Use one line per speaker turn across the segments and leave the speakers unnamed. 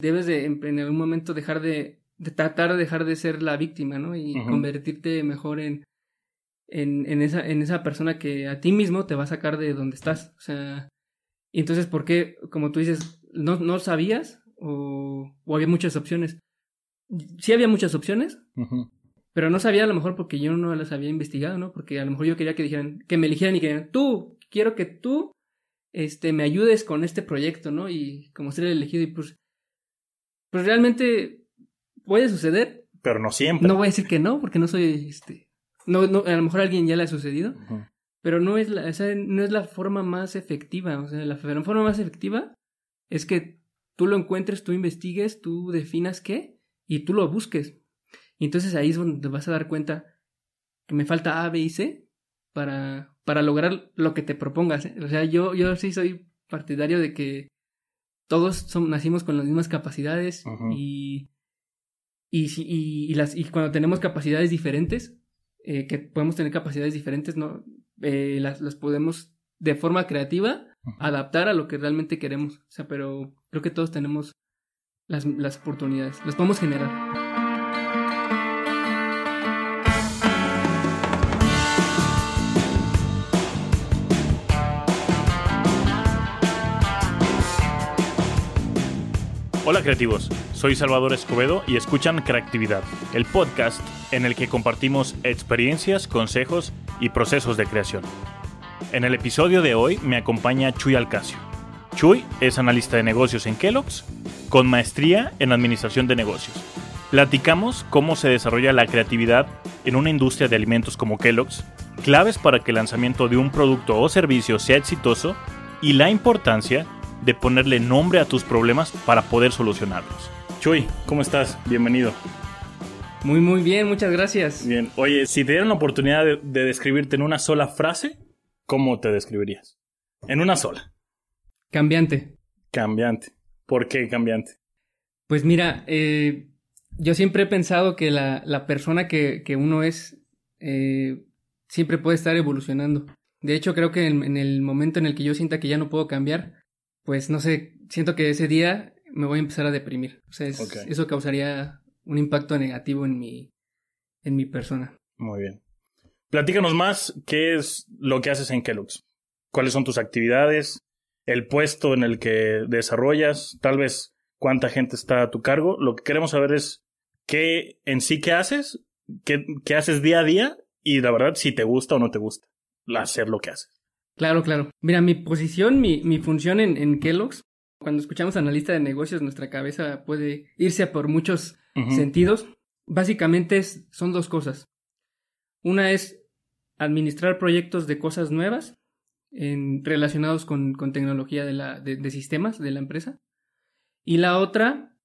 debes de en algún momento dejar de tratar de dejar de ser la víctima, ¿no? Y convertirte mejor en esa persona que a ti mismo te va a sacar de donde estás. O sea, y entonces, ¿por qué, como tú dices, no sabías o había muchas opciones? Sí había muchas opciones, pero no sabía a lo mejor porque yo no las había investigado, ¿no? Porque a lo mejor yo quería que me eligieran y que dijeran, quiero que tú me ayudes con este proyecto, ¿no? Y como ser el elegido y pues realmente puede suceder.
Pero no siempre.
No voy a decir que no, porque no soy, no, a lo mejor a alguien ya le ha sucedido, pero no es la forma más efectiva. O sea, la forma más efectiva es que tú lo encuentres, tú investigues, tú definas qué y tú lo busques. Y entonces ahí es donde te vas a dar cuenta que me falta A, B y C para lograr lo que te propongas, ¿eh? O sea, yo sí soy partidario de que todos nacimos con las mismas capacidades y cuando tenemos capacidades diferentes, que podemos tener capacidades diferentes, ¿no? Las podemos de forma creativa adaptar a lo que realmente queremos. O sea, pero creo que todos tenemos las oportunidades, las podemos generar.
Hola creativos, soy Salvador Escobedo y escuchan Creatividad, el podcast en el que compartimos experiencias, consejos y procesos de creación. En el episodio de hoy me acompaña Chuy Alcacio. Chuy es analista de negocios en Kellogg's, con maestría en administración de negocios. Platicamos cómo se desarrolla la creatividad en una industria de alimentos como Kellogg's, claves para que el lanzamiento de un producto o servicio sea exitoso y la importancia de ponerle nombre a tus problemas para poder solucionarlos. Chuy, ¿cómo estás? Bienvenido.
Muy, muy bien, muchas gracias.
Bien. Oye, si te dieran la oportunidad de describirte en una sola frase, ¿cómo te describirías? En una sola.
Cambiante.
Cambiante. ¿Por qué cambiante?
Pues mira, yo siempre he pensado que la persona que uno es siempre puede estar evolucionando. De hecho, creo que en el momento en el que yo sienta que ya no puedo cambiar, pues no sé, siento que ese día me voy a empezar a deprimir. O sea, eso causaría un impacto negativo en mi persona.
Muy bien. Platícanos más, ¿qué es lo que haces en Kellogg's? ¿Cuáles son tus actividades? ¿El puesto en el que desarrollas? Tal vez, ¿cuánta gente está a tu cargo? Lo que queremos saber es qué haces, qué haces día a día y la verdad si te gusta o no te gusta hacer lo que haces.
Claro. Mira, mi posición, mi función en Kellogg's, cuando escuchamos analista de negocios, nuestra cabeza puede irse por muchos sentidos. Básicamente son dos cosas. Una es administrar proyectos de cosas nuevas relacionados con tecnología de sistemas de la empresa. Y la otra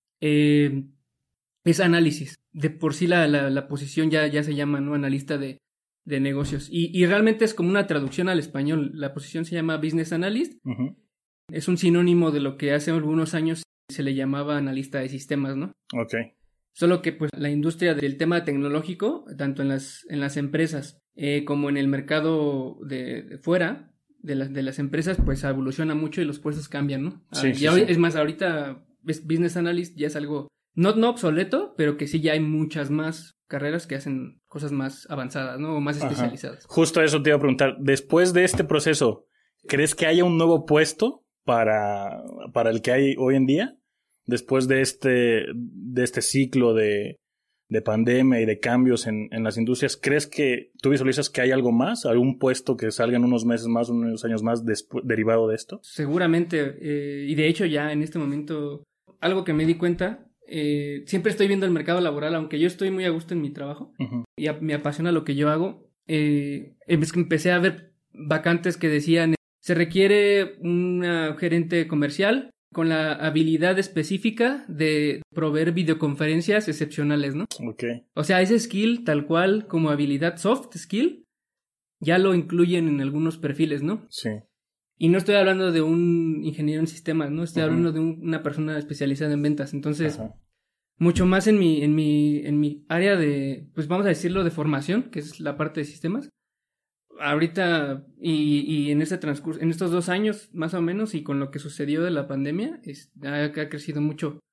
es análisis. De por sí la posición ya se llama, ¿no? Analista de negocios. Y realmente es como una traducción al español. La posición se llama Business Analyst. Es un sinónimo de lo que hace algunos años se le llamaba analista de sistemas, ¿no?
Ok.
Solo que pues la industria del tema tecnológico, tanto en las empresas como en el mercado de fuera de las empresas, pues evoluciona mucho y los puestos cambian, ¿no?
Sí.
Es más, ahorita Business Analyst ya es algo no obsoleto, pero que sí ya hay muchas más carreras que hacen cosas más avanzadas, ¿no? O más especializadas.
Justo eso te iba a preguntar. Después de este proceso, ¿crees que haya un nuevo puesto para el que hay hoy en día? Después de este ciclo de pandemia y de cambios en las industrias, ¿crees que tú visualizas que hay algo más? ¿Algún puesto que salga en unos meses más, unos años más derivado de esto?
Seguramente. Y de hecho ya en este momento, algo que me di cuenta, siempre estoy viendo el mercado laboral, aunque yo estoy muy a gusto en mi trabajo y me apasiona lo que yo hago. Empecé a ver vacantes que decían, se requiere una gerente comercial con la habilidad específica de proveer videoconferencias excepcionales, ¿no?
Okay.
O sea, ese skill, tal cual como habilidad soft skill, ya lo incluyen en algunos perfiles, ¿no?
Sí.
Y no estoy hablando de un ingeniero en sistemas, ¿no? Estoy hablando de una persona especializada en ventas. Entonces, mucho más en mi área de, pues vamos a decirlo, de formación, que es la parte de sistemas. Ahorita y en este transcurso, en estos 2 años más o menos, y con lo que sucedió de la pandemia, ha crecido mucho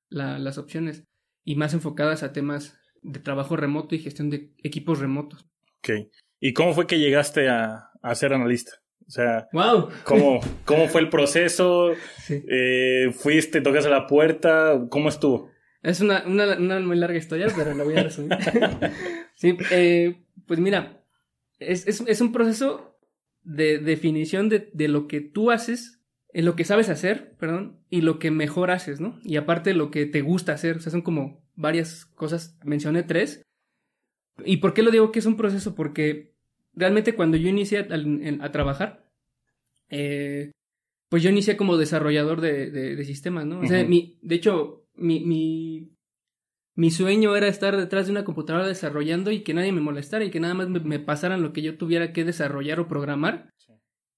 las opciones y más enfocadas a temas de trabajo remoto y gestión de equipos remotos.
Ok. ¿Y cómo fue que llegaste a ser analista? O sea,
¡wow!
¿Cómo fue el proceso?
Sí.
¿Fuiste, tocaste la puerta? ¿Cómo estuvo?
Es una muy larga historia, pero la voy a resumir. Sí, pues mira, es un proceso de definición de lo que tú haces, lo que sabes hacer, perdón, y lo que mejor haces, ¿no? Y aparte lo que te gusta hacer, o sea, son como varias cosas, mencioné 3. ¿Y por qué lo digo que es un proceso? Porque realmente cuando yo inicié a trabajar, pues yo inicié como desarrollador de sistemas, ¿no? O sea, de hecho, mi sueño era estar detrás de una computadora desarrollando y que nadie me molestara y que nada más me pasaran lo que yo tuviera que desarrollar o programar. Sí.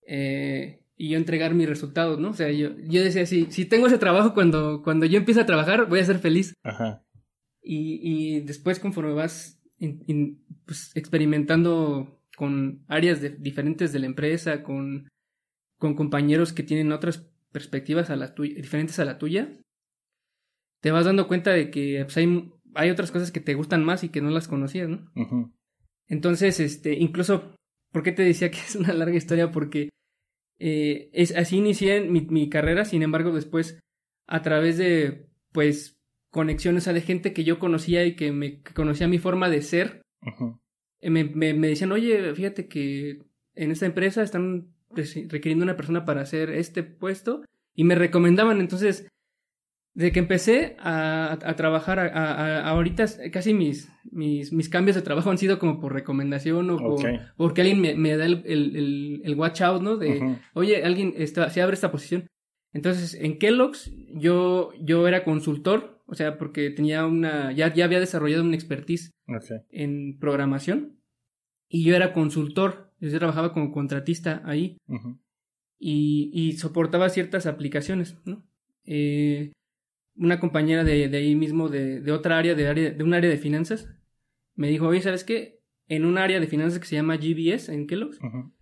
Y yo entregar mis resultados, ¿no? O sea, yo decía, si tengo ese trabajo cuando yo empiece a trabajar, voy a ser feliz. Ajá. Y después, conforme vas pues, experimentando con áreas diferentes de la empresa, con compañeros que tienen otras perspectivas diferentes a la tuya, te vas dando cuenta de que pues, hay otras cosas que te gustan más y que no las conocías, ¿no? Uh-huh. Entonces, incluso, ¿por qué te decía que es una larga historia? Porque así inicié mi carrera, sin embargo, después, a través de, pues, conexiones de gente que yo conocía y que conocía mi forma de ser, uh-huh. me decían, oye, fíjate que en esta empresa están requiriendo una persona para hacer este puesto, y me recomendaban. Entonces, desde que empecé a trabajar ahorita, casi mis cambios de trabajo han sido como por recomendación o porque alguien me da el watch out, ¿no? De, uh-huh. Oye, alguien se abre esta posición. Entonces, en Kellogg's yo era consultor, o sea, porque tenía ya había desarrollado una expertise en programación, y yo era consultor. Yo trabajaba como contratista ahí, uh-huh. y soportaba ciertas aplicaciones, ¿no? Una compañera de ahí mismo, de otra área, de un área de finanzas, me dijo, oye, ¿sabes qué? En un área de finanzas que se llama GBS en Kellogg's, uh-huh.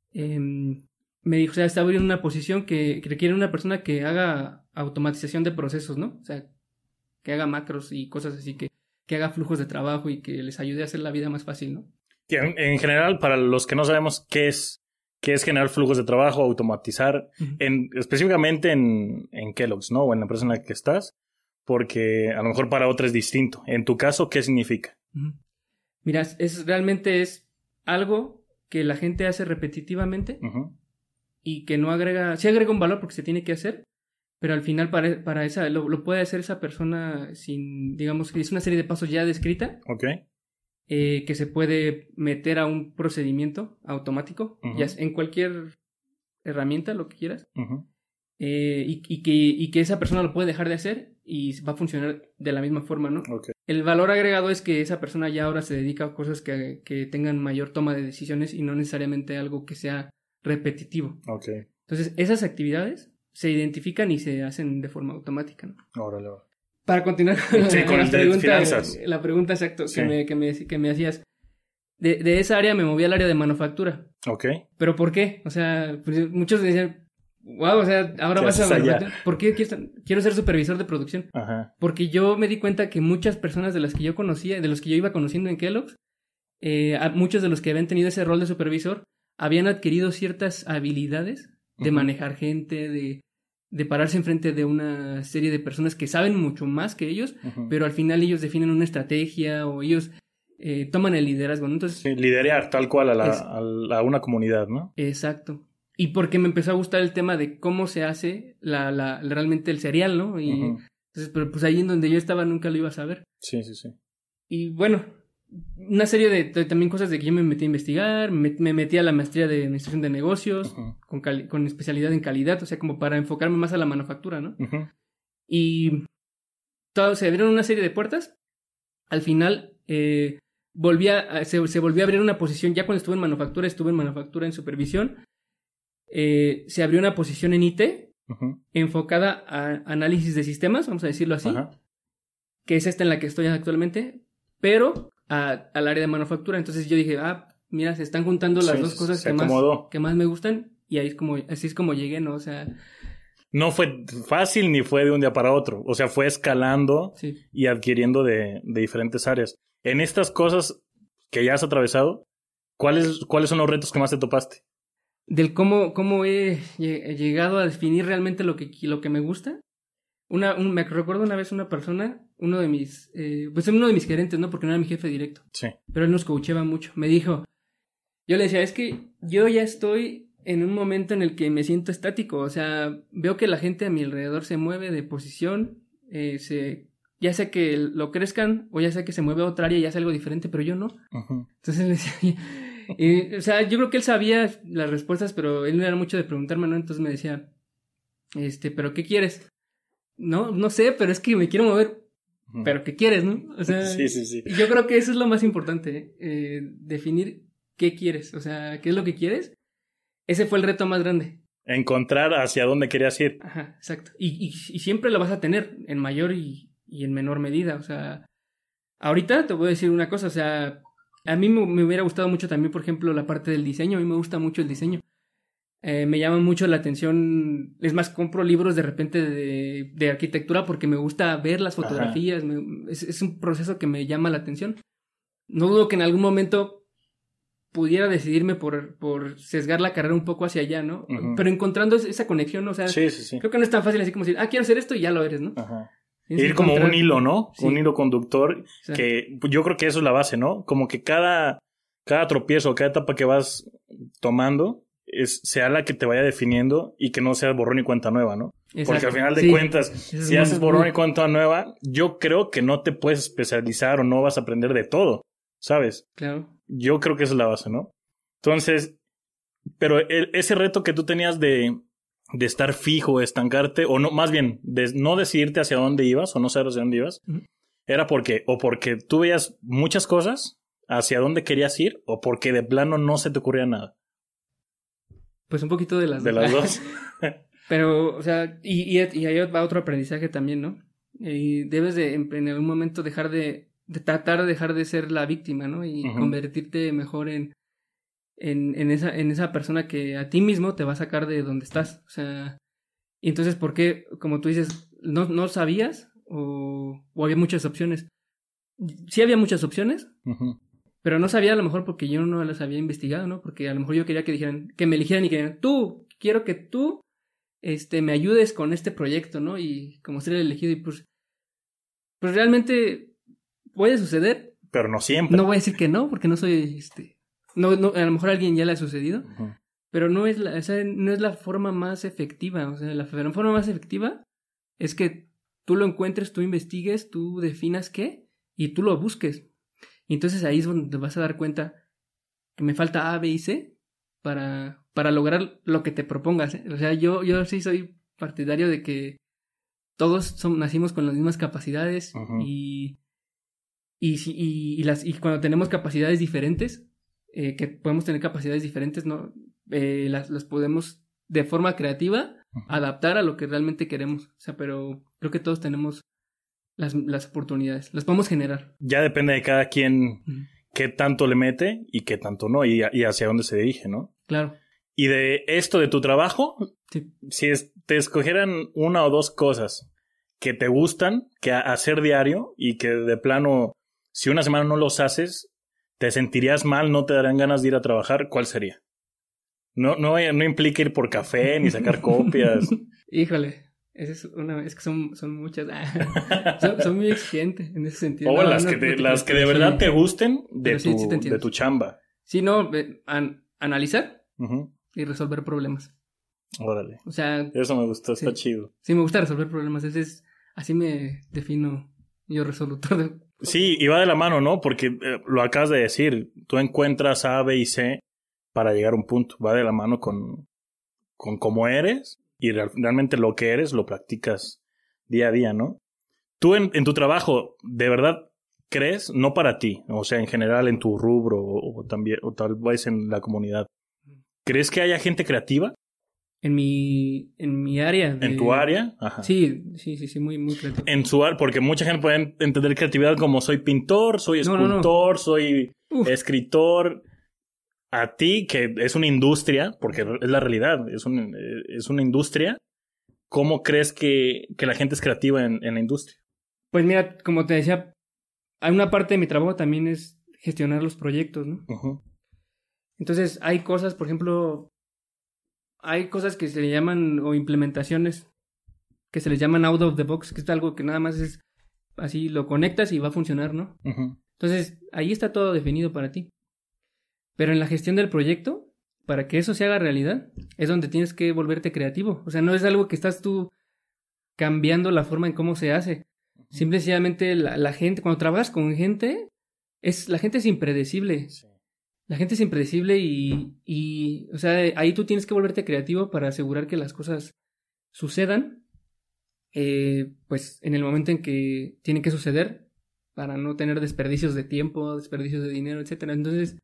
Me dijo, o sea, está abriendo una posición que requiere una persona que haga automatización de procesos, ¿no? O sea, que haga macros y cosas así, que haga flujos de trabajo y que les ayude a hacer la vida más fácil, ¿no?
En general, para los que no sabemos qué es generar flujos de trabajo, automatizar, uh-huh. Específicamente en Kellogg's, ¿no? O en la empresa en la que estás, porque a lo mejor para otra es distinto. En tu caso, ¿qué significa?
Uh-huh. Mira, realmente es algo que la gente hace repetitivamente, uh-huh. y que no sí agrega un valor porque se tiene que hacer, pero al final para esa lo puede hacer esa persona sin, digamos, que es una serie de pasos ya descrita. Okay. Que se puede meter a un procedimiento automático, uh-huh. ya en cualquier herramienta, lo que quieras, uh-huh. Y que esa persona lo puede dejar de hacer y va a funcionar de la misma forma, ¿no? Okay. El valor agregado es que esa persona ya ahora se dedica a cosas que tengan mayor toma de decisiones y no necesariamente algo que sea repetitivo. Okay. Entonces, esas actividades se identifican y se hacen de forma automática, ¿no? Órale. Para continuar con la pregunta exacta, sí. que me hacías. De esa área me moví al área de manufactura. Ok. ¿Pero por qué? O sea, pues muchos decían, wow, o sea, ahora vas a manufactura. ¿Por qué quiero ser supervisor de producción? Ajá. Porque yo me di cuenta que muchas personas de las que yo conocía, de los que yo iba conociendo en Kellogg's, muchos de los que habían tenido ese rol de supervisor, habían adquirido ciertas habilidades de uh-huh. manejar gente, de pararse enfrente de una serie de personas que saben mucho más que ellos, uh-huh. pero al final ellos definen una estrategia o ellos toman el liderazgo, ¿no? Entonces,
sí, liderar tal cual a una comunidad, ¿no?
Exacto. Y porque me empezó a gustar el tema de cómo se hace realmente el cereal, ¿no? Y uh-huh. entonces, pero pues ahí en donde yo estaba nunca lo iba a saber.
Sí.
Y bueno, una serie de también cosas de que yo me metí a investigar, me metí a la maestría de administración de negocios, uh-huh. con especialidad en calidad, o sea, como para enfocarme más a la manufactura, ¿no? Uh-huh. Y se abrieron una serie de puertas. Al final se volvió a abrir una posición, ya cuando estuve en manufactura en supervisión, se abrió una posición en IT, uh-huh. enfocada a análisis de sistemas, vamos a decirlo así, uh-huh. que es esta en la que estoy actualmente, pero al área de manufactura. Entonces yo dije, mira, se están juntando las dos cosas que más me gustan, y así es como llegué, ¿no? O sea,
no fue fácil ni fue de un día para otro. O sea, fue escalando y adquiriendo de diferentes áreas. En estas cosas que ya has atravesado, ¿cuáles son los retos que más te topaste?
Del cómo he llegado a definir realmente lo que me gusta. Me recuerdo una vez una persona, uno de mis gerentes, ¿no? Porque no era mi jefe directo.
Sí.
Pero él nos coacheaba mucho. Me dijo, yo le decía, es que yo ya estoy en un momento en el que me siento estático. O sea, veo que la gente a mi alrededor se mueve de posición, ya sea que lo crezcan o ya sea que se mueve a otra área y hace algo diferente, pero yo no. Uh-huh. Entonces le decía, o sea, yo creo que él sabía las respuestas, pero él no era mucho de preguntarme, ¿no? Entonces me decía, ¿pero qué quieres? No sé, pero es que me quiero mover. Uh-huh. ¿Pero qué quieres, no? O sea, sí. Yo creo que eso es lo más importante, definir qué quieres, o sea, qué es lo que quieres. Ese fue el reto más grande.
Encontrar hacia dónde querías ir.
Ajá, exacto. Y siempre lo vas a tener en mayor y en menor medida. O sea, ahorita te voy a decir una cosa. O sea, a mí me hubiera gustado mucho también, por ejemplo, la parte del diseño. A mí me gusta mucho el diseño. Me llama mucho la atención. Es más, compro libros de repente de arquitectura porque me gusta ver las fotografías. Es un proceso que me llama la atención. No dudo que en algún momento pudiera decidirme por sesgar la carrera un poco hacia allá, ¿no? Uh-huh. Pero encontrando esa conexión, o sea, sí. Creo que no es tan fácil así como decir, quiero hacer esto y ya lo eres, ¿no?
Ajá. Ir como un hilo, ¿no? Sí. Un hilo conductor, que yo creo que eso es la base, ¿no? Como que cada tropiezo, cada etapa que vas tomando sea la que te vaya definiendo y que no sea borrón y cuenta nueva, ¿no? Exacto. Porque al final de cuentas, si haces borrón y cuenta nueva, yo creo que no te puedes especializar o no vas a aprender de todo, ¿sabes?
Claro.
Yo creo que esa es la base, ¿no? Entonces, pero ese reto que tú tenías de estar fijo, estancarte, o no, más bien, de no decidirte hacia dónde ibas, o no saber hacia dónde ibas, uh-huh. Era porque tú veías muchas cosas hacia dónde querías ir, o porque de plano no se te ocurría nada.
Pues un poquito de las dos.
De las dos.
Pero, o sea, y ahí va otro aprendizaje también, ¿no? Y debes en algún momento dejar de tratar de dejar de ser la víctima, ¿no? Y uh-huh. convertirte mejor en esa persona que a ti mismo te va a sacar de donde estás. O sea, y entonces, ¿por qué, como tú dices, no sabías o había muchas opciones? Sí había muchas opciones, uh-huh. pero no sabía a lo mejor porque yo no las había investigado, ¿no? Porque a lo mejor yo quería que me eligieran y que dijeran, quiero que tú me ayudes con este proyecto, ¿no? Y como ser el elegido y pues realmente puede suceder.
Pero no siempre.
No voy a decir que no, porque no soy, no, a lo mejor a alguien ya le ha sucedido, uh-huh. pero no es la forma más efectiva. O sea, la forma más efectiva es que tú lo encuentres, tú investigues, tú definas qué y tú lo busques. Y entonces ahí es donde te vas a dar cuenta que me falta A, B y C para lograr lo que te propongas, ¿eh? O sea, yo sí soy partidario de que todos nacimos con las mismas capacidades, uh-huh. y cuando tenemos capacidades diferentes, que podemos tener capacidades diferentes, ¿no? Las podemos de forma creativa uh-huh. adaptar a lo que realmente queremos. O sea, pero creo que todos tenemos las oportunidades, las podemos generar.
Ya depende de cada quien uh-huh. qué tanto le mete y qué tanto no, y hacia dónde se dirige, ¿no?
Claro.
Y de esto de tu trabajo,
sí.
Si te escogieran una o dos cosas que te gustan, que hacer diario y que de plano, si una semana no los haces, te sentirías mal, no te darán ganas de ir a trabajar, ¿cuál sería? No implica ir por café ni sacar copias.
Híjole, es que son muchas. son muy exigentes en ese sentido.
O las que de verdad te gusten de tu chamba.
Sí, no, analizar
uh-huh.
y resolver problemas.
Órale.
O sea,
eso me gustó, está chido.
Sí, me gusta resolver problemas. Así me defino yo, resolutor.
Sí, y va de la mano, ¿no? Porque lo acabas de decir, tú encuentras A, B y C para llegar a un punto. Va de la mano con cómo eres y realmente lo que eres lo practicas día a día, ¿no? Tú en tu trabajo, ¿de verdad crees? No para ti, o sea, en general en tu rubro o también, o tal vez en la comunidad. ¿Crees que haya gente creativa?
En mi área.
¿En tu área? Ajá.
Sí, muy, muy creativo.
En su área, porque mucha gente puede entender creatividad como soy pintor, soy escultor, soy escritor. A ti, que es una industria, porque es la realidad, es una industria, ¿cómo crees que la gente es creativa en la industria?
Pues mira, como te decía, hay una parte de mi trabajo también es gestionar los proyectos, ¿no?
Uh-huh.
Entonces, hay cosas, por ejemplo, hay cosas que se le llaman, o implementaciones, que se les llaman out of the box, que es algo que nada más es así, lo conectas y va a funcionar, ¿no?
Uh-huh.
Entonces, ahí está todo definido para ti. Pero en la gestión del proyecto, para que eso se haga realidad, es donde tienes que volverte creativo. O sea, no es algo que estás tú cambiando la forma en cómo se hace. Simple y sencillamente la gente, cuando trabajas con gente, la gente es impredecible. Sí. La gente es impredecible y, o sea, ahí tú tienes que volverte creativo para asegurar que las cosas sucedan, pues en el momento en que tienen que suceder, para no tener desperdicios de tiempo, desperdicios de dinero, etcétera. Entonces,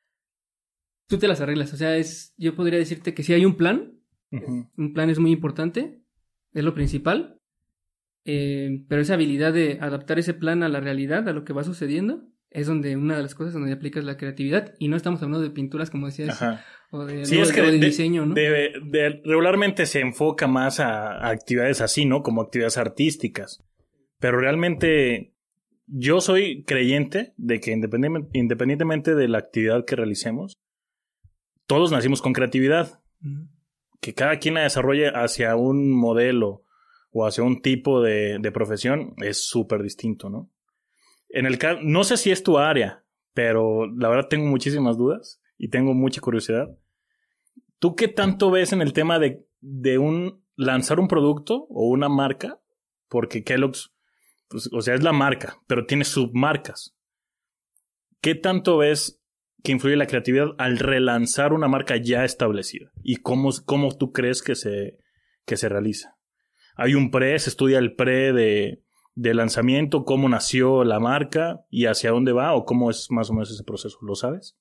tú te las arreglas. O sea, yo podría decirte que si hay un plan, uh-huh. Un plan es muy importante, es lo principal, pero esa habilidad de adaptar ese plan a la realidad, a lo que va sucediendo, es donde una de las cosas donde aplicas la creatividad. Y no estamos hablando de pinturas, como decías, ajá. O de,
sí,
no,
es que
de diseño, ¿no?
Regularmente se enfoca más a actividades así, ¿no? Como actividades artísticas. Pero realmente yo soy creyente de que independientemente de la actividad que realicemos, todos nacimos con creatividad. Uh-huh. Que cada quien la desarrolle hacia un modelo o hacia un tipo de profesión es súper distinto, ¿no? En el caso, no sé si es tu área, pero la verdad tengo muchísimas dudas y tengo mucha curiosidad. ¿Tú qué tanto ves en el tema de lanzar un producto o una marca? Porque Kellogg's, pues, o sea, es la marca, pero tiene submarcas. ¿Qué tanto ves que influye la creatividad al relanzar una marca ya establecida? ¿Y cómo tú crees que se realiza? Hay un se estudia el de lanzamiento, cómo nació la marca y hacia dónde va, o cómo es más o menos ese proceso, ¿lo sabes?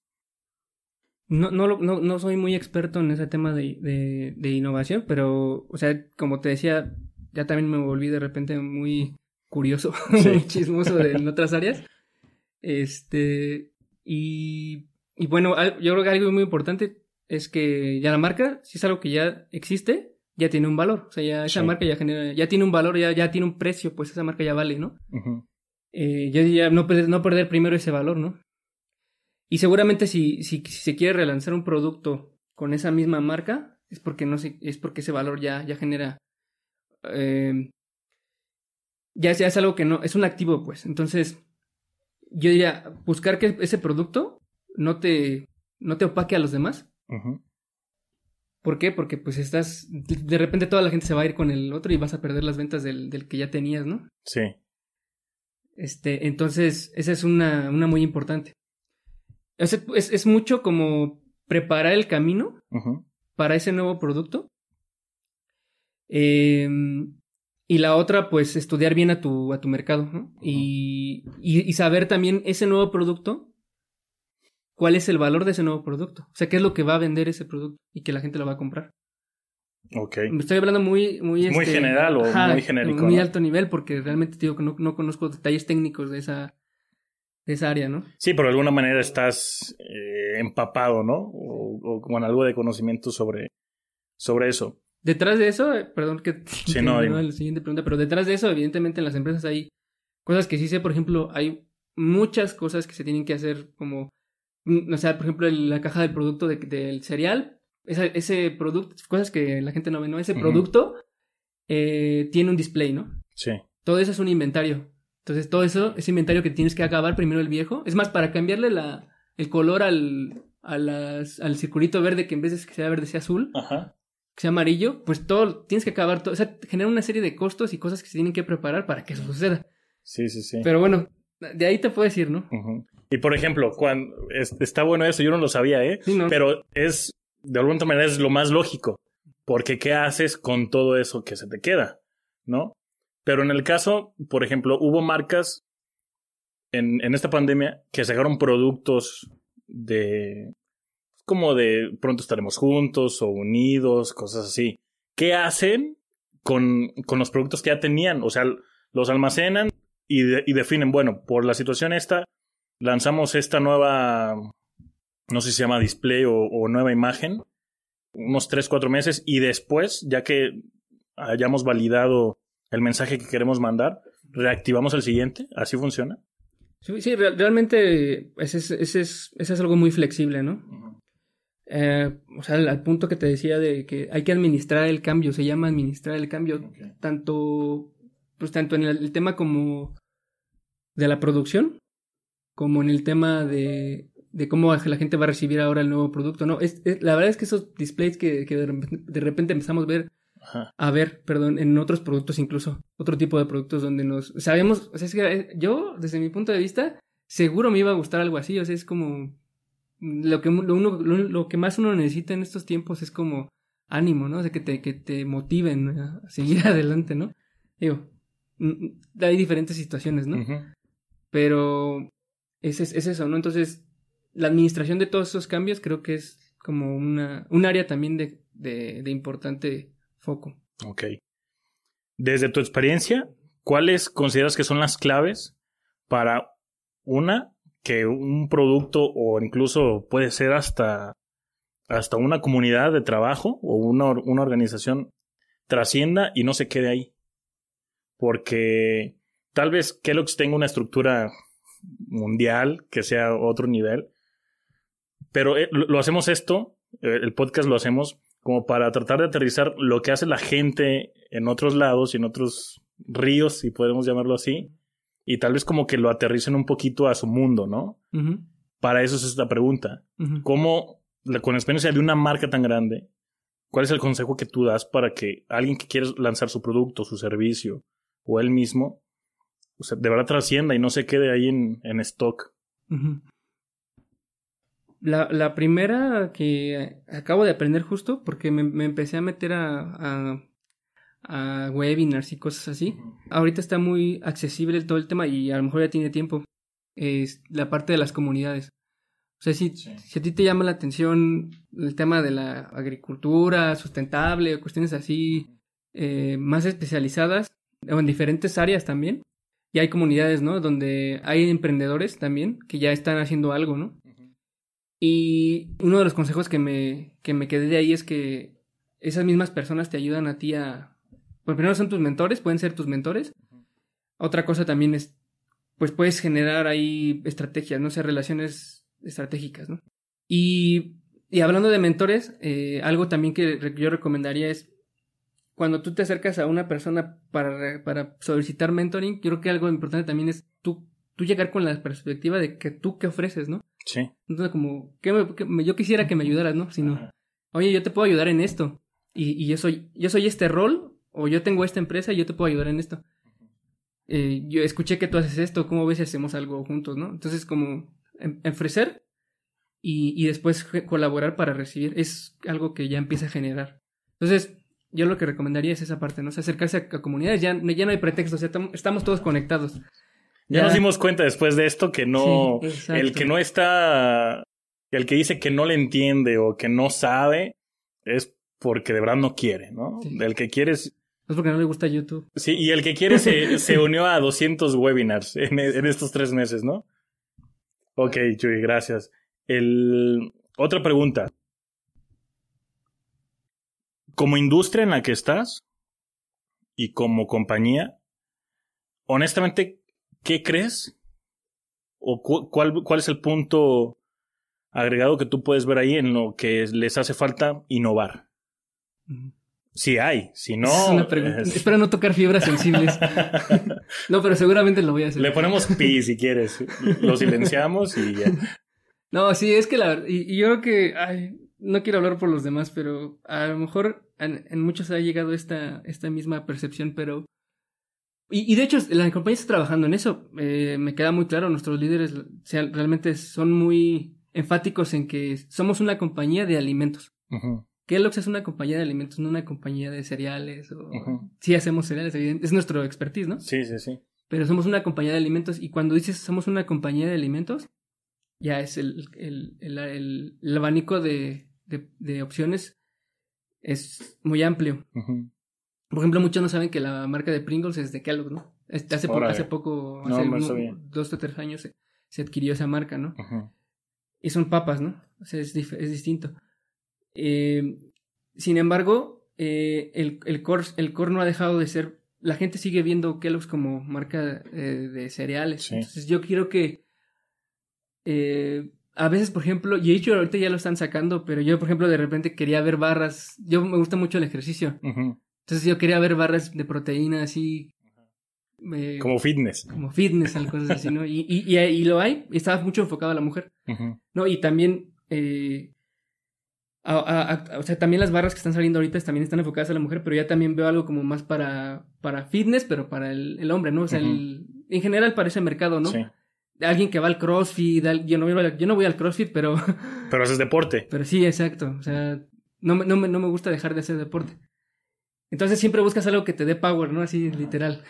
No soy muy experto en ese tema de innovación, pero, o sea, como te decía, ya también me volví de repente muy curioso, sí. Muy chismoso en otras áreas. Y bueno, yo creo que algo muy importante es que ya la marca, si es algo que ya existe, ya tiene un valor. O sea, ya esa sí. Marca ya tiene un valor, ya tiene un precio, pues esa marca ya vale, ¿no? Uh-huh. Yo diría no perder primero ese valor, ¿no? Y seguramente si se quiere relanzar un producto con esa misma marca, es porque ese valor ya genera. Ya es algo que no, es un activo, pues. Entonces, yo diría, buscar que ese producto no te opaque a los demás. Uh-huh. ¿Por qué? Porque pues de repente toda la gente se va a ir con el otro y vas a perder las ventas del que ya tenías, ¿no?
Sí.
Entonces, esa es una muy importante. O sea, es mucho como preparar el camino uh-huh. para ese nuevo producto. Y la otra, pues, estudiar bien a tu mercado, ¿no? Uh-huh. Y saber también ese nuevo producto, cuál es el valor de ese nuevo producto. O sea, qué es lo que va a vender ese producto y que la gente lo va a comprar.
Ok.
Me estoy hablando muy
general o muy genérico.
Muy
¿no?
alto nivel, porque realmente te digo que no conozco detalles técnicos de esa área, ¿no?
Sí, pero de alguna manera estás empapado, ¿no? O con algo de conocimiento sobre eso.
Detrás de eso, perdón que sí, la siguiente pregunta, pero detrás de eso, evidentemente en las empresas hay cosas que sí sé. Por ejemplo, hay muchas cosas que se tienen que hacer, como, o sea, por ejemplo, la caja del producto del cereal, ese producto, cosas que la gente no ve, ¿no? Ese uh-huh. producto tiene un display, ¿no?
Sí.
Todo eso es un inventario. Entonces, todo eso es inventario que tienes que acabar primero el viejo. Es más, para cambiarle el color al circulito verde, que en vez de que sea verde sea azul, ajá. Que sea amarillo, pues todo, tienes que acabar todo. O sea, genera una serie de costos y cosas que se tienen que preparar para que eso suceda.
Sí.
Pero bueno, de ahí te puedes ir, ¿no?
Uh-huh. Y por ejemplo, cuando está bueno eso, yo no lo sabía,
Sí, ¿no?
Pero de alguna manera es lo más lógico. Porque ¿qué haces con todo eso que se te queda? ¿No? Pero en el caso, por ejemplo, hubo marcas en esta pandemia que sacaron productos como de pronto estaremos juntos o unidos, cosas así. ¿Qué hacen con los productos que ya tenían? O sea, los almacenan y definen, bueno, por la situación esta, lanzamos esta nueva, no sé si se llama display o nueva imagen, unos 3-4 meses, y después, ya que hayamos validado el mensaje que queremos mandar, reactivamos el siguiente. ¿Así funciona?
Sí, realmente ese es algo muy flexible, ¿no? O sea, al punto que te decía de que hay que administrar el cambio, se llama administrar el cambio,
Okay.
tanto en el tema como de la producción, como en el tema de cómo la gente va a recibir ahora el nuevo producto, ¿no? La verdad es que esos displays que de repente empezamos a ver, en otros productos incluso, otro tipo de productos donde nos sabemos, o sea, es que yo, desde mi punto de vista, seguro me iba a gustar algo así, o sea, es como lo que más uno necesita en estos tiempos es como ánimo, ¿no? O sea, que te motiven a seguir adelante, ¿no? Digo, hay diferentes situaciones, ¿no?
Uh-huh.
Pero es eso, ¿no? Entonces, la administración de todos esos cambios creo que es como un área también de importante foco.
Ok. Desde tu experiencia, ¿cuáles consideras que son las claves para que un producto o incluso puede ser hasta una comunidad de trabajo o una organización trascienda y no se quede ahí? Porque tal vez Kellogg's tenga una estructura mundial que sea otro nivel, pero lo hacemos el podcast lo hacemos como para tratar de aterrizar lo que hace la gente en otros lados y en otros ríos, si podemos llamarlo así, y tal vez como que lo aterricen un poquito a su mundo, ¿no?
Uh-huh.
Para eso es esta pregunta.
Uh-huh.
¿Cómo, con la experiencia de una marca tan grande, cuál es el consejo que tú das para que alguien que quiere lanzar su producto, su servicio, o él mismo, o sea, de verdad trascienda y no se quede ahí en stock?
Uh-huh. La primera que acabo de aprender justo porque me empecé a meter a webinars y cosas así. Uh-huh. Ahorita está muy accesible todo el tema y a lo mejor ya tiene tiempo. Es la parte de las comunidades. O sea, si a ti te llama la atención el tema de la agricultura sustentable o cuestiones así más especializadas o en diferentes áreas también. Y hay comunidades, ¿no? Donde hay emprendedores también que ya están haciendo algo, ¿no? Y uno de los consejos que me quedé de ahí es que esas mismas personas te ayudan a ti pues primero son tus mentores, pueden ser tus mentores. Uh-huh. Otra cosa también es, pues puedes generar ahí estrategias, no sé, relaciones estratégicas, ¿no? Y hablando de mentores, algo también que yo recomendaría es cuando tú te acercas a una persona para solicitar mentoring, yo creo que algo importante también es tú llegar con la perspectiva de que tú qué ofreces, ¿no?
Sí.
Entonces, como, yo quisiera que me ayudaras, ¿no? Sino, oye, yo te puedo ayudar en esto. Y yo soy este rol, o yo tengo esta empresa y yo te puedo ayudar en esto. Yo escuché que tú haces esto, ¿cómo ves si hacemos algo juntos, no? Entonces, como, ofrecer y después colaborar para recibir es algo que ya empieza a generar. Entonces, yo lo que recomendaría es esa parte, ¿no? O sea, acercarse a comunidades, ya no hay pretextos, o sea, estamos todos conectados.
Ya nos dimos cuenta después de esto que no,
sí,
el que no está, el que dice que no le entiende o que no sabe es porque de verdad no quiere, ¿no? Sí. El que quiere es
porque no le gusta YouTube.
Sí, y el que quiere se unió a 200 webinars en estos 3 meses, ¿no? Ok, Chuy, gracias. Otra pregunta. Como industria en la que estás y como compañía, honestamente, ¿qué crees? ¿O cuál es el punto agregado que tú puedes ver ahí en lo que les hace falta innovar?
Uh-huh.
Si hay, si no...
Es una pregunta. Espero no tocar fibras sensibles. No, pero seguramente lo voy a hacer.
Le ponemos pi si quieres. Lo silenciamos y ya.
No, sí, es que y yo creo que... no quiero hablar por los demás, pero a lo mejor en muchos ha llegado esta misma percepción, pero... Y de hecho, la compañía está trabajando en eso. Me queda muy claro, nuestros líderes realmente son muy enfáticos en que somos una compañía de alimentos. Uh-huh. Kellogg's es una compañía de alimentos, no una compañía de cereales. Uh-huh. Sí hacemos cereales, evidentemente. Es nuestro expertise, ¿no?
Sí, sí, sí.
Pero somos una compañía de alimentos y cuando dices somos una compañía de alimentos, ya es el abanico de opciones es muy amplio. Uh-huh. Por ejemplo, muchos no saben que la marca de Pringles es de Kellogg's, ¿no? Hace poco, hace 2 o 3 años se adquirió esa marca, ¿no? Uh-huh. Y son papas, ¿no? O sea, es distinto. Sin embargo, el core no ha dejado de ser... La gente sigue viendo Kellogg's como marca de cereales.
Sí.
Entonces yo quiero que... a veces, por ejemplo, y de hecho ahorita ya lo están sacando, pero yo, por ejemplo, de repente quería ver barras. Yo me gusta mucho el ejercicio.
Uh-huh.
Entonces yo quería ver barras de proteína así.
Como fitness.
Como fitness, cosas así, ¿no? Y lo hay, y estaba mucho enfocado a la mujer.
Uh-huh.
¿No? Y también, o sea, también las barras que están saliendo ahorita también están enfocadas a la mujer, pero ya también veo algo como más para fitness, pero para el hombre, ¿no? O sea,
Uh-huh.
en general para ese mercado, ¿no?
Sí.
Alguien que va al CrossFit, yo no voy al CrossFit, pero...
Pero haces deporte.
Pero sí, exacto, o sea, no me gusta dejar de hacer deporte. Entonces siempre buscas algo que te dé power, ¿no? Así, literal.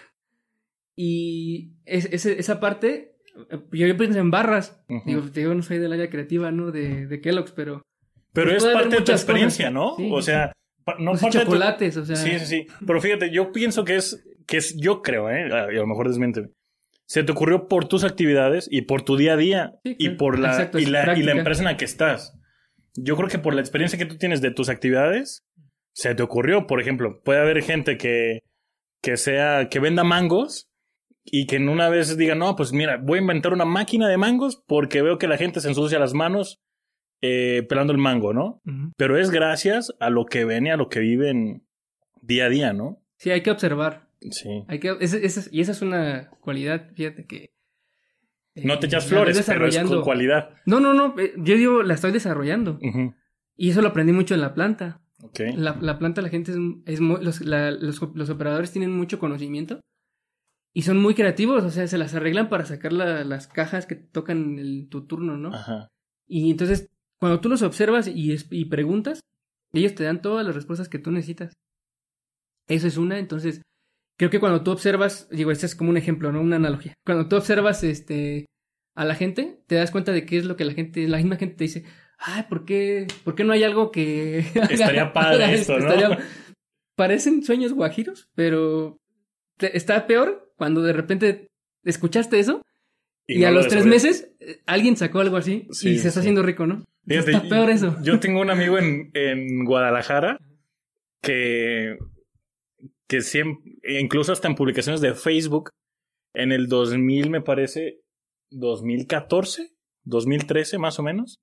Y esa parte, yo pienso en barras.
Uh-huh.
Digo, yo no soy del área creativa, ¿no? De Kellogg's, pero
pues
es
parte de tu experiencia,
cosas,
¿no?
Sí.
O sea, no
parte chocolates, o sea.
Sí. Pero fíjate, yo pienso que es, yo creo, y a lo mejor desmiénteme. Se te ocurrió por tus actividades y por tu día a día, sí, y por
exacto,
y la empresa en la que estás. Yo creo que por la experiencia que tú tienes de tus actividades, se te ocurrió. Por ejemplo, puede haber gente que venda mangos y que en una vez diga, no, pues mira, voy a inventar una máquina de mangos porque veo que la gente se ensucia las manos pelando el mango, ¿no? Uh-huh. Pero es gracias a lo que ven y a lo que viven día a día, ¿no?
Sí, hay que observar.
Sí.
Y esa es una cualidad, fíjate que...
no te echas flores, pero es con cualidad.
No, yo digo, la estoy desarrollando. Uh-huh. Y eso lo aprendí mucho en la planta.
Okay.
La planta, la gente los operadores tienen mucho conocimiento y son muy creativos, o sea, se las arreglan para sacar las cajas que tocan tu turno, ¿no?
Ajá.
Y entonces, cuando tú los observas y preguntas, ellos te dan todas las respuestas que tú necesitas. Eso es una, entonces... Creo que cuando tú observas, digo, este es como un ejemplo, ¿no? Una analogía. Cuando tú observas a la gente, te das cuenta de qué es lo que la misma gente te dice, ay, ¿por qué no hay algo que...
Estaría padre esto, ¿no?
Parecen sueños guajiros, pero está peor cuando de repente escuchaste eso y a los 3 meses alguien sacó algo así y se está haciendo rico, ¿no?
Fíjate, está peor eso. Yo tengo un amigo en Guadalajara que siempre, incluso hasta en publicaciones de Facebook, en el 2000 me parece, 2014, 2013 más o menos,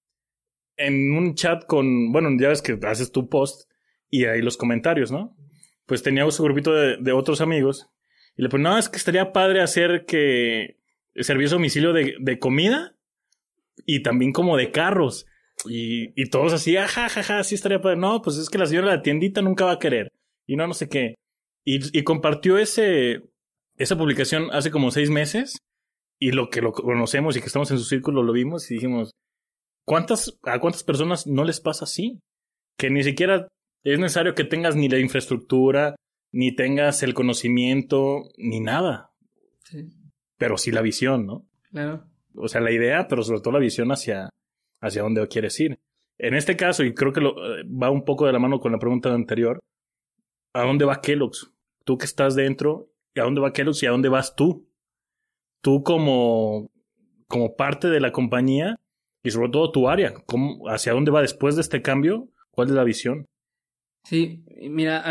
en un chat bueno, ya ves que haces tu post y ahí los comentarios, ¿no? Pues tenía su grupito de otros amigos y le ponen, no, es que estaría padre hacer que servicio a domicilio de comida y también como de carros y todos así, jajaja, sí estaría padre. No, pues es que la señora de la tiendita nunca va a querer y no sé qué. Y compartió esa publicación hace como 6 meses y lo conocemos y que estamos en su círculo lo vimos y dijimos, ¿a cuántas personas no les pasa así? Que ni siquiera es necesario que tengas ni la infraestructura, ni tengas el conocimiento, ni nada.
Sí.
Pero sí la visión, ¿no?
Claro.
O sea, la idea, pero sobre todo la visión hacia dónde quieres ir. En este caso, y creo que va un poco de la mano con la pregunta anterior, ¿a dónde va Kellogg's? Tú que estás dentro, ¿a dónde va Kellogg's y a dónde vas tú? Tú como parte de la compañía y sobre todo tu área, ¿hacia dónde va después de este cambio? ¿Cuál es la visión?
Sí, mira,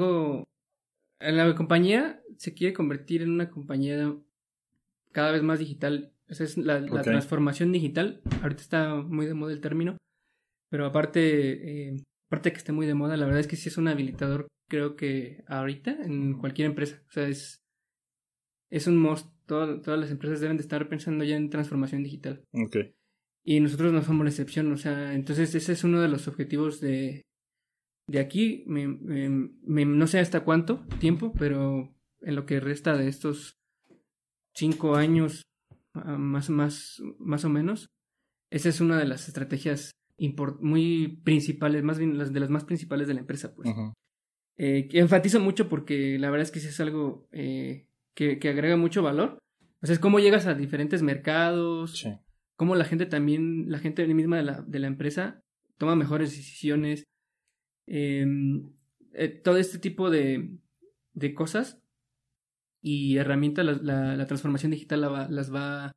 la compañía se quiere convertir en una compañía cada vez más digital. Esa es la transformación digital. Ahorita está muy de moda el término, pero aparte que esté muy de moda, la verdad es que sí es un habilitador, creo que ahorita en cualquier empresa. O sea, es un must. Todas las empresas deben de estar pensando ya en transformación digital.
Okay.
Y nosotros no somos la excepción. O sea, entonces ese es uno de los objetivos de aquí. No sé hasta cuánto tiempo, pero en lo que resta de estos 5 años, más o menos, esa es una de las estrategias muy principales, más bien de las más principales de la empresa, pues.
Uh-huh.
Que enfatizo mucho porque la verdad es que sí es algo que agrega mucho valor. O sea, es cómo llegas a diferentes mercados,
sí.
Cómo la gente misma de la empresa toma mejores decisiones, todo este tipo de cosas y herramientas, la transformación digital las va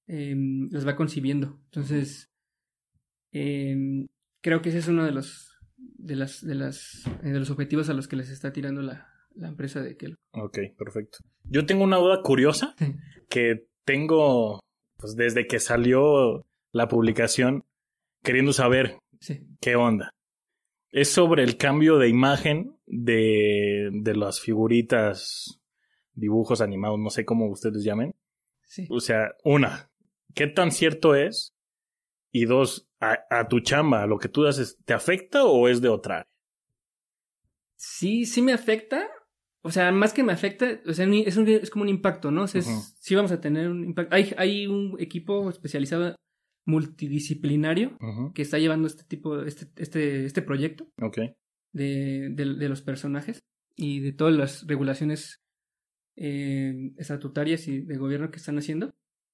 concibiendo. Entonces, creo que ese es uno de los objetivos a los que les está tirando la empresa de Kellogg.
Ok, perfecto. Yo tengo una duda curiosa que tengo pues desde que salió la publicación queriendo saber qué onda. Es sobre el cambio de imagen de las figuritas, dibujos animados, no sé cómo ustedes llamen.
Sí.
O sea, una, ¿qué tan cierto es? Y dos, a tu chamba, ¿a lo que tú haces, te afecta o es de otra área?
Sí me afecta. O sea, más que me afecta, o sea, es como un impacto, ¿no? O sea, sí vamos a tener un impacto. Hay un equipo especializado multidisciplinario que está llevando este proyecto de los personajes y de todas las regulaciones estatutarias y de gobierno que están haciendo.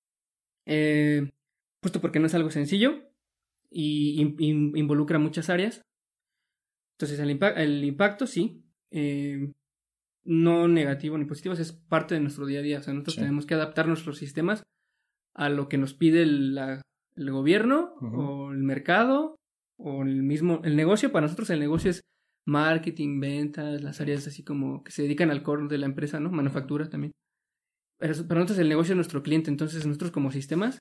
Justo porque no es algo sencillo y involucra muchas áreas. Entonces el impacto sí, no negativo ni positivo, es parte de nuestro día a día. O sea, nosotros tenemos que adaptar nuestros sistemas a lo que nos pide el gobierno o el mercado o el negocio. Para nosotros el negocio es marketing, ventas, las áreas así como que se dedican al core de la empresa, ¿no? Manufactura también. Pero para nosotros el negocio es nuestro cliente, entonces nosotros como sistemas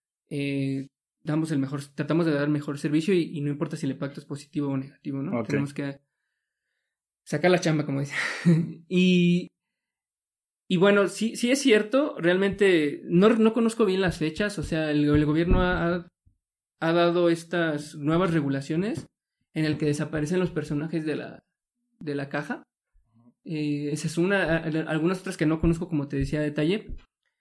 tratamos de dar mejor servicio y no importa si el impacto es positivo o negativo, ¿no?
Okay.
Tenemos que sacar la chamba, como dice. y bueno, sí es cierto, realmente no conozco bien las fechas, o sea, el gobierno ha dado estas nuevas regulaciones en el que desaparecen los personajes de la caja. Esa es una, algunas otras que no conozco, como te decía, a detalle,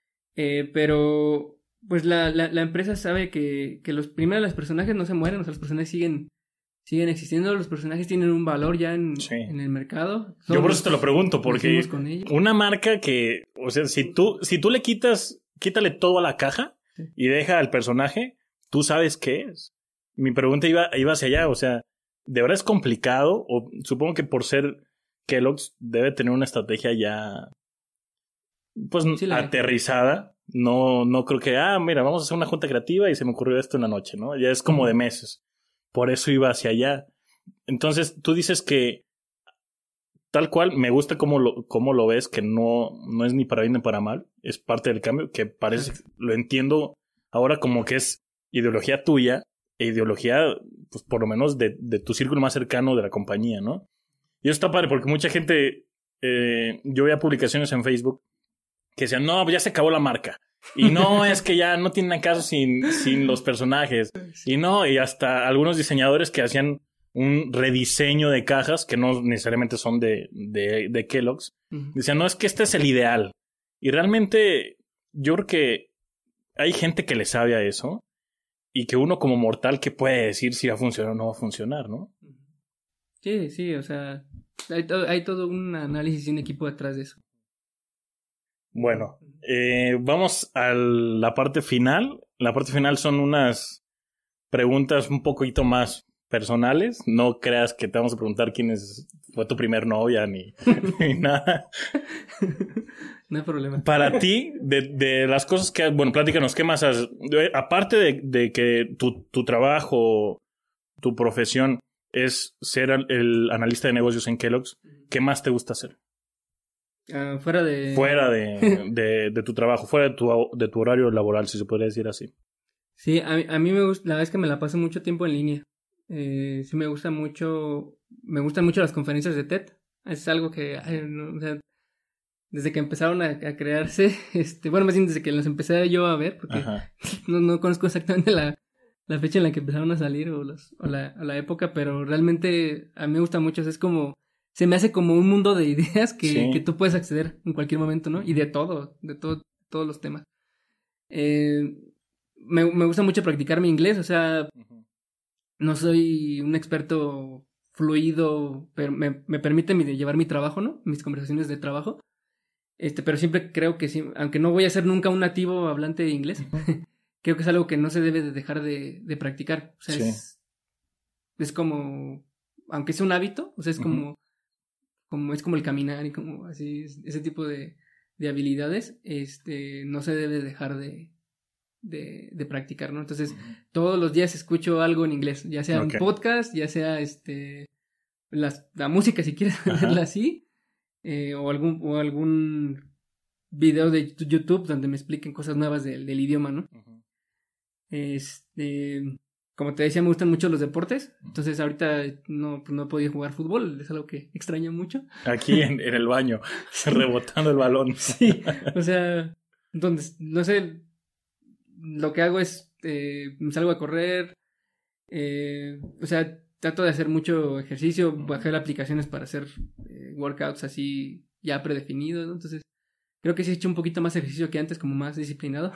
pero pues la empresa sabe que los personajes no se mueren, o sea, los personajes siguen existiendo, los personajes tienen un valor ya en el mercado.
Yo por eso te lo pregunto, porque una marca que, o sea, si tú le quítale todo a la caja y deja al personaje, tú sabes qué es. Mi pregunta iba hacia allá, o sea, ¿de verdad es complicado? O supongo que por ser Kellogg's debe tener una estrategia ya pues aterrizada. No creo que, mira, vamos a hacer una junta creativa y se me ocurrió esto en la noche, ¿no? Ya es como de meses. Por eso iba hacia allá. Entonces, tú dices que tal cual, me gusta cómo lo ves, que no es ni para bien ni para mal. Es parte del cambio, que parece, lo entiendo ahora como que es ideología tuya e ideología, pues por lo menos de tu círculo más cercano de la compañía, ¿no? Y eso está padre porque mucha gente, yo veía publicaciones en Facebook que decían, no, ya se acabó la marca. Y no, es que ya no tienen caso sin los personajes. Y hasta algunos diseñadores que hacían un rediseño de cajas que no necesariamente son de Kellogg's. Decían, no, es que este es el ideal. Y realmente yo creo que hay gente que le sabe a eso y que uno como mortal que puede decir si va a funcionar o no va a funcionar, ¿no?
Sí, o sea, hay todo un análisis y un equipo detrás de eso.
Bueno, vamos a la parte final. La parte final son unas preguntas un poquito más personales. No creas que te vamos a preguntar quién fue tu primer novia ni nada.
No hay problema.
Para ti, de las cosas que... Bueno, platícanos, ¿qué más haces? Aparte de que tu trabajo, tu profesión es ser el analista de negocios en Kellogg's, ¿qué más te gusta hacer?
Fuera de
tu trabajo, fuera de tu horario laboral, si se podría decir así.
Sí, a mí me gusta, la verdad es que me la paso mucho tiempo en línea. Sí me gustan mucho las conferencias de TED. Es algo que, o sea, desde que empezaron a crearse, bueno, más bien desde que las empecé yo a ver, porque no conozco exactamente la fecha en la que empezaron a salir o la época, pero realmente a mí me gusta mucho, es como... Se me hace como un mundo de ideas que tú puedes acceder en cualquier momento, ¿no? Y de todos los temas. Me gusta mucho practicar mi inglés, o sea, no soy un experto fluido, pero me permite llevar mi trabajo, ¿no? Mis conversaciones de trabajo. Pero siempre creo que sí, aunque no voy a ser nunca un nativo hablante de inglés, creo que es algo que no se debe de dejar de practicar. O sea, es como, aunque sea un hábito, o sea, es como el caminar y como así, ese tipo de habilidades, no se debe dejar de practicar, ¿no? Entonces, todos los días escucho algo en inglés, ya sea un podcast, ya sea la música, si quieres verla así, o algún video de YouTube donde me expliquen cosas nuevas del idioma, ¿no? Como te decía, me gustan mucho los deportes, entonces ahorita no he podido jugar fútbol, es algo que extraño mucho.
Aquí en el baño, rebotando el balón.
Sí, o sea, entonces, no sé, lo que hago es, me salgo a correr, o sea, trato de hacer mucho ejercicio, bajar aplicaciones para hacer workouts así ya predefinidos, ¿no? Entonces, creo que sí he hecho un poquito más ejercicio que antes, como más disciplinado.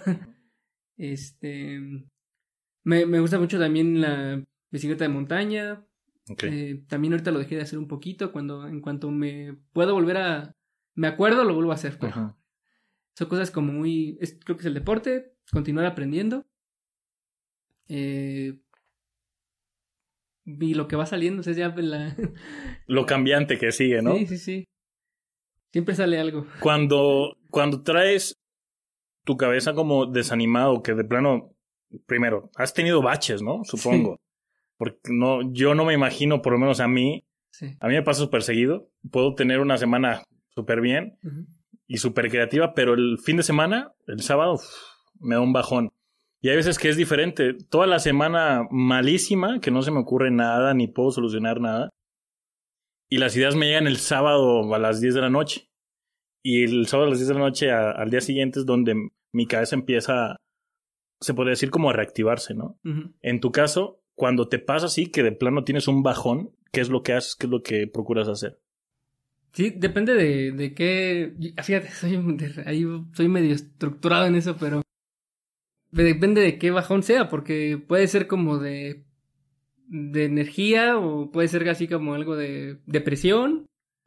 Me gusta mucho también la bicicleta de montaña. Okay. También ahorita lo dejé de hacer un poquito. En cuanto me puedo me acuerdo, lo vuelvo a hacer. Pero son cosas como creo que es el deporte, continuar aprendiendo. Y lo que va saliendo, o sea, ya
lo cambiante que sigue, ¿no?
Sí. Siempre sale algo.
Cuando traes tu cabeza como desanimado, que de plano, primero, has tenido baches, ¿no? Supongo. Sí. Porque yo no me imagino, por lo menos a mí me pasa súper seguido. Puedo tener una semana súper bien y súper creativa, pero el fin de semana, el sábado, me da un bajón. Y hay veces que es diferente. Toda la semana malísima, que no se me ocurre nada, ni puedo solucionar nada. Y las ideas me llegan el sábado a las 10 de la noche. Y el sábado a las 10 de la noche al día siguiente es donde mi cabeza empieza, se podría decir, como a reactivarse, ¿no? En tu caso, cuando te pasa así, que de plano tienes un bajón, ¿qué es lo que haces? ¿Qué es lo que procuras hacer?
Sí, depende de qué... Fíjate, soy medio estructurado en eso, pero depende de qué bajón sea, porque puede ser como de energía, o puede ser así como algo de depresión,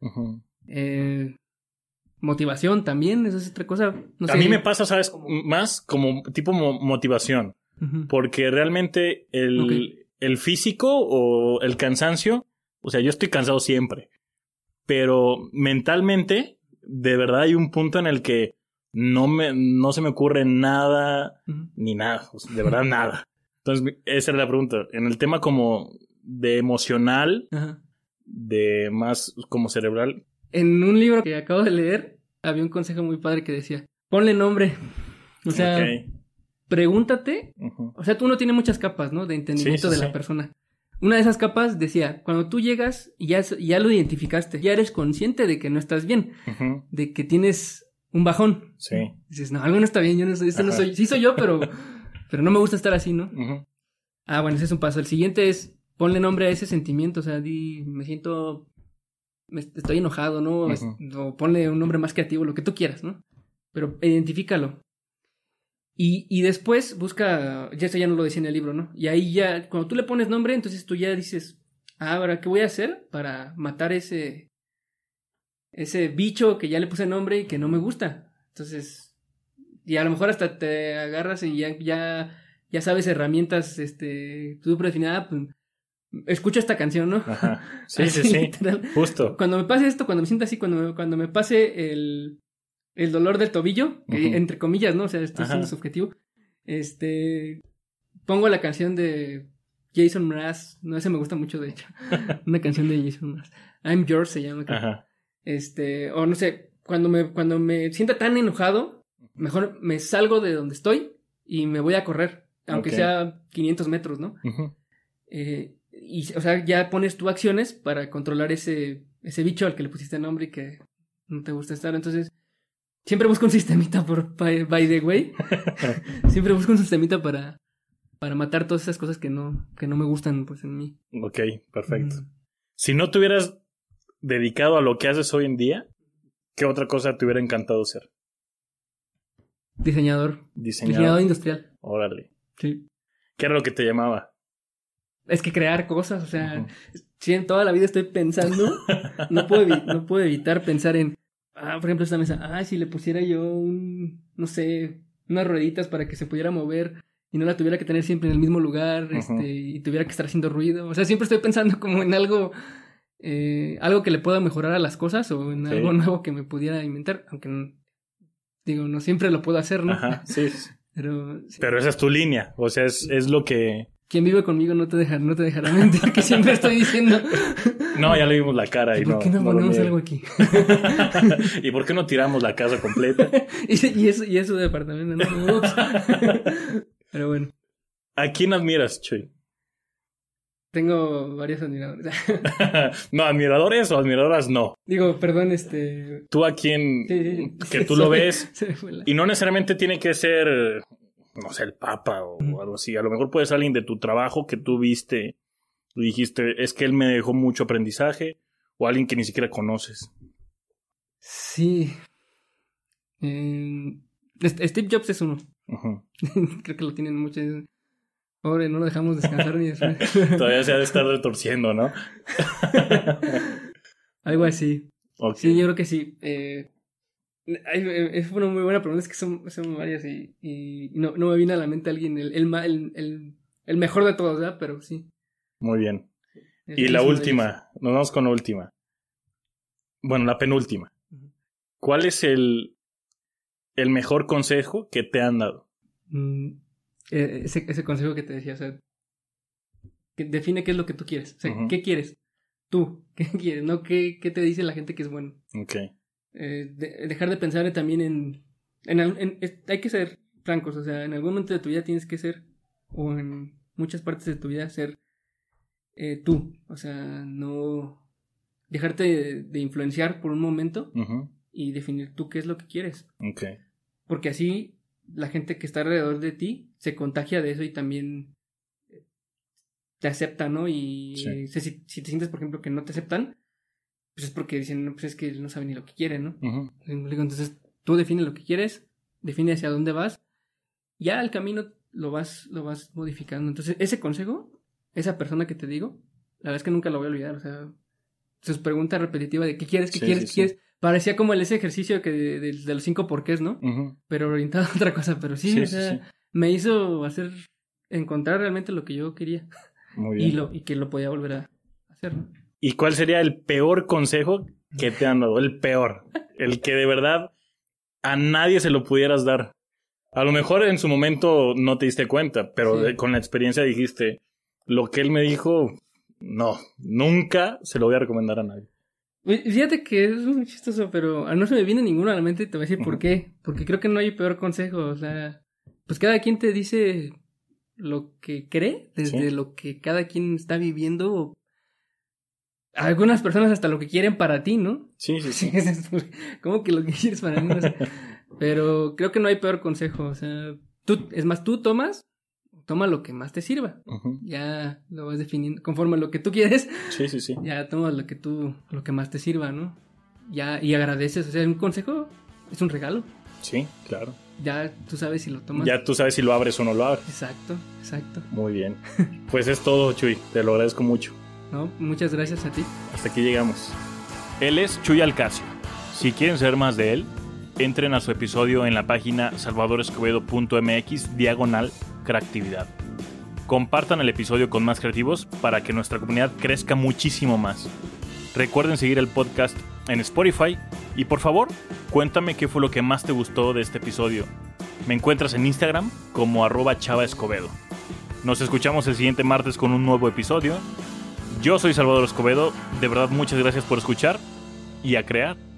motivación también, eso es otra cosa. No sé.
A mí me pasa, ¿sabes? Más como tipo motivación, porque realmente el físico o el cansancio, o sea, yo estoy cansado siempre, pero mentalmente, de verdad hay un punto en el que no se me ocurre nada, ni nada, o sea, de verdad nada. Entonces, esa era la pregunta. En el tema como de emocional, de más como cerebral.
En un libro que acabo de leer, había un consejo muy padre que decía, ponle nombre. O sea, pregúntate. O sea, uno tiene muchas capas, ¿no? De entendimiento de la persona. Una de esas capas decía, cuando tú llegas y ya lo identificaste, ya eres consciente de que no estás bien, de que tienes un bajón.
Sí.
Dices, no, algo no está bien, yo no soy, no soy, sí soy yo, pero no me gusta estar así, ¿no? Bueno, ese es un paso. El siguiente es, ponle nombre a ese sentimiento, o sea, estoy enojado, ¿no? O ponle un nombre más creativo, lo que tú quieras, ¿no? Pero identifícalo. Y después busca, ya esto ya no lo decía en el libro, ¿no? Y ahí ya, cuando tú le pones nombre, entonces tú ya dices, ahora, ¿qué voy a hacer para matar ese bicho que ya le puse nombre y que no me gusta? Entonces, y a lo mejor hasta te agarras y ya sabes herramientas, tú predefinidas, pues, escucho esta canción, ¿no?
Sí, así, sí, literal. Justo.
Cuando me pase esto, cuando me sienta así, cuando me pase el dolor del tobillo, que, entre comillas, ¿no? O sea, estoy siendo subjetivo. Pongo la canción de Jason Mraz, no, ese me gusta mucho, de hecho. Una canción de Jason Mraz. I'm Yours se llama. O no sé, cuando me sienta tan enojado, mejor me salgo de donde estoy y me voy a correr, aunque sea 500 metros, ¿no? O sea, ya pones tú acciones para controlar ese bicho al que le pusiste nombre y que no te gusta estar. Entonces, siempre busco un sistemita by the way. Siempre busco un sistemita para matar todas esas cosas que no me gustan, pues, en mí.
Ok, perfecto. Si no te hubieras dedicado a lo que haces hoy en día, ¿qué otra cosa te hubiera encantado ser?
Diseñador industrial.
Órale.
Sí.
¿Qué era lo que te llamaba?
Es que crear cosas, o sea, si en toda la vida estoy pensando, no puedo evitar pensar en, por ejemplo, esta mesa, si le pusiera yo no sé, unas rueditas para que se pudiera mover y no la tuviera que tener siempre en el mismo lugar, y tuviera que estar haciendo ruido. O sea, siempre estoy pensando como en algo que le pueda mejorar a las cosas o en algo nuevo que me pudiera inventar, aunque no siempre lo puedo hacer, ¿no?
Sí. Pero esa es tu línea, o sea, es lo que...
quien vive conmigo no te dejará mentir, que siempre estoy diciendo.
No, ya le vimos la cara.
¿Y por qué no ponemos algo aquí?
¿Y por qué no tiramos la casa completa?
y es su departamento, ¿no? Ups. Pero bueno.
¿A quién admiras, Chuy?
Tengo varios admiradores.
No, admiradores o admiradoras no.
Digo, perdón,
¿Tú a quién que tú lo ves? Y no necesariamente tiene que ser, no sé, el Papa o algo así. A lo mejor puede ser alguien de tu trabajo que tú viste y dijiste, es que él me dejó mucho aprendizaje, o alguien que ni siquiera conoces.
Sí. Steve Jobs es uno. Uh-huh. Creo que lo tienen muchos. Pobre, no lo dejamos descansar ni después.
Todavía se ha de estar retorciendo, ¿no?
Algo así.
Okay.
Sí, yo creo que sí. Es una muy buena pregunta. Es que son varias y no me viene a la mente alguien, el mejor de todos, ¿verdad? Pero sí.
Muy bien. Y la última. Nos vamos con la última. Bueno, la penúltima. ¿Cuál es el mejor consejo que te han dado?
Ese consejo que te decía, o sea, que define qué es lo que tú quieres. O sea, ¿qué quieres? Tú, ¿qué quieres? No, ¿qué te dice la gente que es bueno?
Okay.
Dejar de pensar también hay que ser francos, o sea, en algún momento de tu vida tienes que ser, o en muchas partes de tu vida, ser tú. O sea, no dejarte de influenciar por un momento y definir tú qué es lo que quieres.
Okay.
Porque así la gente que está alrededor de ti se contagia de eso y también te acepta, ¿no? Y
sí.
Si te sientes, por ejemplo, que no te aceptan, pues es porque dicen, no, pues es que no saben ni lo que quieren, ¿no? Entonces tú define lo que quieres, define hacia dónde vas, ya el camino lo vas modificando. Entonces ese consejo, esa persona que te digo, la verdad es que nunca lo voy a olvidar. O sea, sus preguntas repetitivas de ¿qué quieres? ¿Qué quieres? ¿Qué quieres? Parecía como ese ejercicio de los 5 porqués, ¿no? Pero orientado a otra cosa. Pero sí, o sea, me hizo encontrar realmente lo que yo quería.
Muy bien.
Y que lo podía volver a hacer, ¿no?
¿Y cuál sería el peor consejo que te han dado? El peor. El que de verdad a nadie se lo pudieras dar. A lo mejor en su momento no te diste cuenta, pero con la experiencia dijiste, lo que él me dijo, no, nunca se lo voy a recomendar a nadie.
Fíjate que es muy chistoso, pero no se me viene ninguno a la mente y te voy a decir por qué. Porque creo que no hay peor consejo. O sea, pues cada quien te dice lo que cree, desde lo que cada quien está viviendo. Algunas personas hasta lo que quieren para ti, ¿no?
Sí.
¿Cómo que lo que quieres para mí? No sé. Pero creo que no hay peor consejo. O sea, tú toma lo que más te sirva. Ya lo vas definiendo conforme a lo que tú quieres.
Sí.
Ya tomas lo que más te sirva, ¿no? Ya, y agradeces. O sea, un consejo es un regalo.
Sí, claro.
Ya tú sabes si lo tomas.
Ya tú sabes si lo abres o no lo abres.
Exacto.
Muy bien. Pues es todo, Chuy. Te lo agradezco mucho.
No, muchas gracias a ti.
Hasta aquí llegamos. Él es Chuy Alcacio. Si quieren saber más de él, entren a su episodio en la página salvadorescobedo.mx/creatividad. Compartan el episodio con más creativos para que nuestra comunidad crezca muchísimo más. Recuerden seguir el podcast en Spotify y por favor, cuéntame qué fue lo que más te gustó de este episodio. Me encuentras en Instagram como @chavaescobedo. Nos escuchamos el siguiente martes con un nuevo episodio. Yo soy Salvador Escobedo. De verdad, muchas gracias por escuchar y a crear.